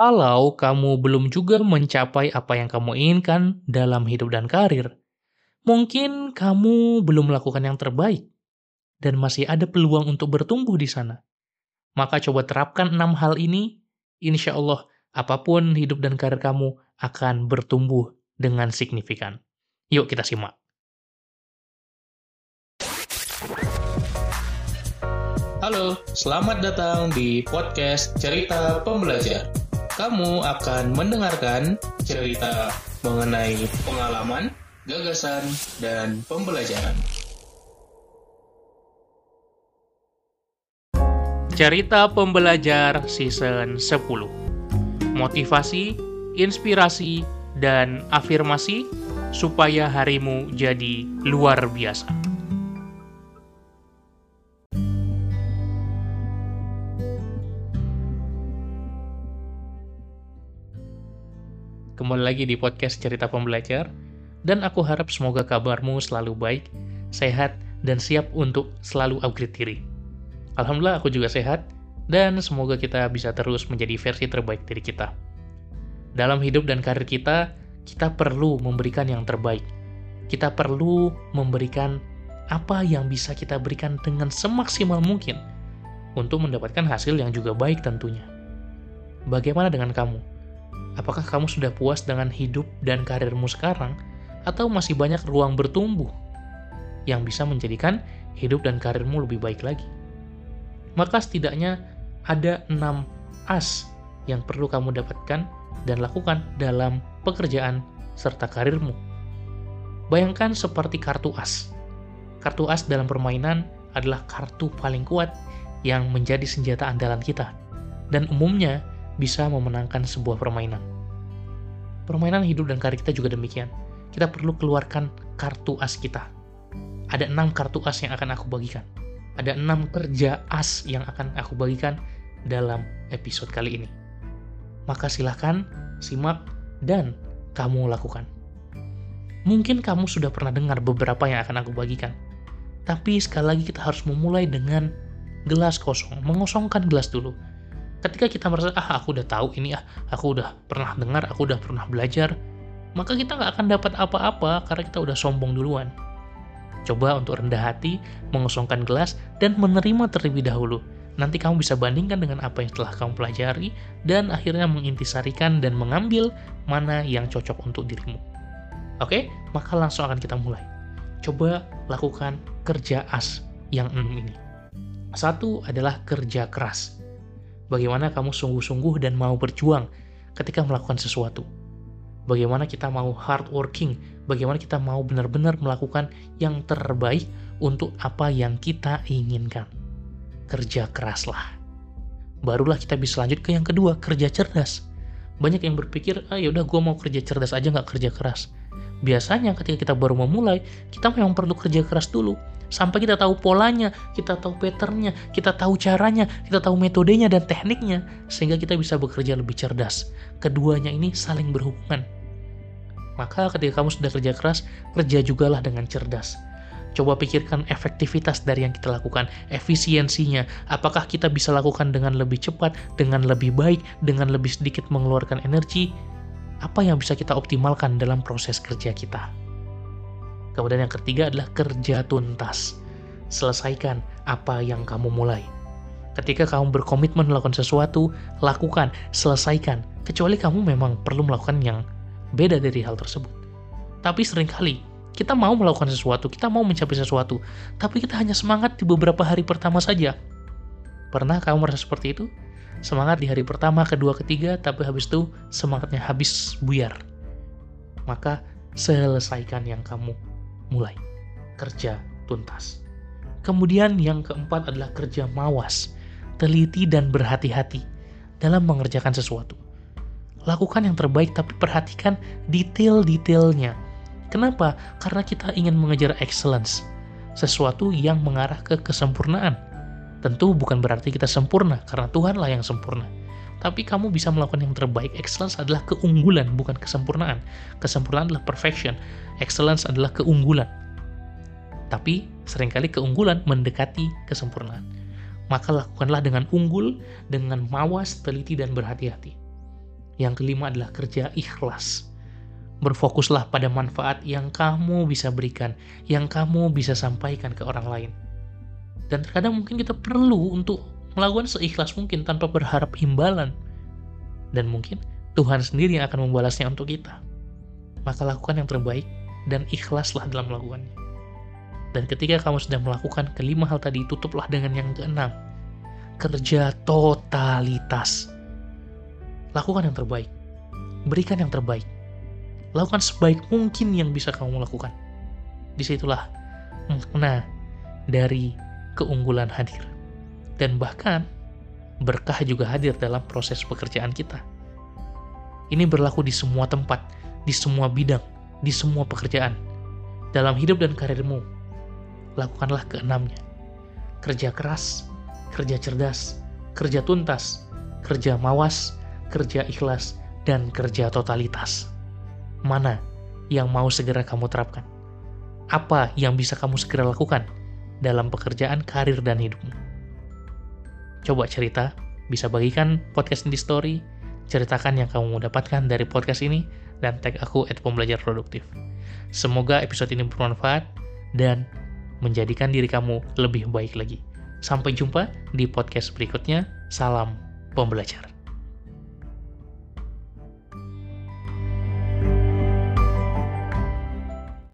Kalau kamu belum juga mencapai apa yang kamu inginkan dalam hidup dan karir, mungkin kamu belum melakukan yang terbaik dan masih ada peluang untuk bertumbuh di sana. Maka coba terapkan 6 hal ini, insya Allah apapun hidup dan karir kamu akan bertumbuh dengan signifikan. Yuk kita simak. Halo, selamat datang di podcast Cerita Pembelajar. Kamu akan mendengarkan cerita mengenai pengalaman, gagasan, dan pembelajaran. Cerita Pembelajar Season 10. Motivasi, inspirasi, dan afirmasi supaya harimu jadi luar biasa. Kembali lagi di podcast Cerita Pembelajar, dan aku harap semoga kabarmu selalu baik, sehat, dan siap untuk selalu upgrade diri. Alhamdulillah aku juga sehat, dan semoga kita bisa terus menjadi versi terbaik diri kita. Dalam hidup dan karir kita perlu memberikan yang terbaik. Kita perlu memberikan apa yang bisa kita berikan dengan semaksimal mungkin untuk mendapatkan hasil yang juga baik tentunya. Bagaimana dengan kamu? Apakah kamu sudah puas dengan hidup dan karirmu sekarang, atau masih banyak ruang bertumbuh yang bisa menjadikan hidup dan karirmu lebih baik lagi? Maka setidaknya ada 6 as yang perlu kamu dapatkan dan lakukan dalam pekerjaan serta karirmu. Bayangkan seperti kartu as. Kartu as dalam permainan adalah kartu paling kuat yang menjadi senjata andalan kita, dan umumnya bisa memenangkan sebuah permainan. Permainan hidup dan karir kita juga demikian. Kita perlu keluarkan kartu as kita. Ada 6 kartu as yang akan aku bagikan. Ada 6 kerja as yang akan aku bagikan dalam episode kali ini. Maka silahkan simak dan kamu lakukan. Mungkin kamu sudah pernah dengar beberapa yang akan aku bagikan. Tapi sekali lagi kita harus memulai dengan gelas kosong. Mengosongkan gelas dulu. Ketika kita merasa, aku udah tahu ini, aku udah pernah dengar, aku udah pernah belajar, maka kita nggak akan dapat apa-apa karena kita udah sombong duluan. Coba untuk rendah hati, mengosongkan gelas, dan menerima terlebih dahulu. Nanti kamu bisa bandingkan dengan apa yang telah kamu pelajari, dan akhirnya mengintisarikan dan mengambil mana yang cocok untuk dirimu. Oke, maka langsung akan kita mulai. Coba lakukan kerja as yang 6 ini. 1 adalah kerja keras. Bagaimana kamu sungguh-sungguh dan mau berjuang ketika melakukan sesuatu. Bagaimana kita mau hard working, bagaimana kita mau benar-benar melakukan yang terbaik untuk apa yang kita inginkan. Kerja keraslah. Barulah kita bisa lanjut ke yang kedua, kerja cerdas. Banyak yang berpikir, yaudah gue mau kerja cerdas aja nggak kerja keras. Biasanya ketika kita baru memulai, kita memang perlu kerja keras dulu. Sampai kita tahu polanya, kita tahu patternnya, kita tahu caranya, kita tahu metodenya dan tekniknya, sehingga kita bisa bekerja lebih cerdas. Keduanya ini saling berhubungan. Maka ketika kamu sudah kerja keras, kerja jugalah dengan cerdas. Coba pikirkan efektivitas dari yang kita lakukan, efisiensinya. Apakah kita bisa lakukan dengan lebih cepat, dengan lebih baik, dengan lebih sedikit mengeluarkan energi? Apa yang bisa kita optimalkan dalam proses kerja kita? Kemudian yang ketiga adalah kerja tuntas. Selesaikan apa yang kamu mulai. Ketika kamu berkomitmen melakukan sesuatu, lakukan, selesaikan. Kecuali kamu memang perlu melakukan yang beda dari hal tersebut. Tapi seringkali kita mau melakukan sesuatu, kita mau mencapai sesuatu, tapi kita hanya semangat di beberapa hari pertama saja. Pernah kamu merasa seperti itu? Semangat di hari pertama, kedua, ketiga, tapi habis itu semangatnya habis buyar. Maka selesaikan yang kamu mulai. Kerja tuntas. Kemudian yang keempat adalah kerja mawas. Teliti dan berhati-hati dalam mengerjakan sesuatu. Lakukan yang terbaik tapi perhatikan detail-detailnya. Kenapa? Karena kita ingin mengejar excellence. Sesuatu yang mengarah ke kesempurnaan. Tentu bukan berarti kita sempurna, karena Tuhanlah yang sempurna. Tapi kamu bisa melakukan yang terbaik. Excellence adalah keunggulan, bukan kesempurnaan. Kesempurnaan adalah perfection. Excellence adalah keunggulan. Tapi seringkali keunggulan mendekati kesempurnaan. Maka lakukanlah dengan unggul, dengan mawas, teliti, dan berhati-hati. Yang kelima adalah kerja ikhlas. Berfokuslah pada manfaat yang kamu bisa berikan, yang kamu bisa sampaikan ke orang lain. Dan terkadang mungkin kita perlu untuk melakukan seikhlas mungkin tanpa berharap imbalan. Dan mungkin Tuhan sendiri yang akan membalasnya untuk kita. Maka lakukan yang terbaik dan ikhlaslah dalam melakukannya. Dan ketika kamu sudah melakukan kelima hal tadi, tutuplah dengan yang keenam. Kerja totalitas. Lakukan yang terbaik. Berikan yang terbaik. Lakukan sebaik mungkin yang bisa kamu lakukan. Disitulah makna dari keunggulan hadir. Dan bahkan berkah juga hadir dalam proses pekerjaan kita. Ini berlaku di semua tempat, di semua bidang, di semua pekerjaan. Dalam hidup dan karirmu, lakukanlah keenamnya. Kerja keras, kerja cerdas, kerja tuntas, kerja mawas, kerja ikhlas, dan kerja totalitas. Mana yang mau segera kamu terapkan? Apa yang bisa kamu segera lakukan dalam pekerjaan, karir, dan hidupmu? Coba cerita, bisa bagikan podcast ini di story, ceritakan yang kamu dapatkan dari podcast ini, dan tag aku @pembelajarproduktif. Semoga episode ini bermanfaat dan menjadikan diri kamu lebih baik lagi. Sampai jumpa di podcast berikutnya. Salam pembelajar.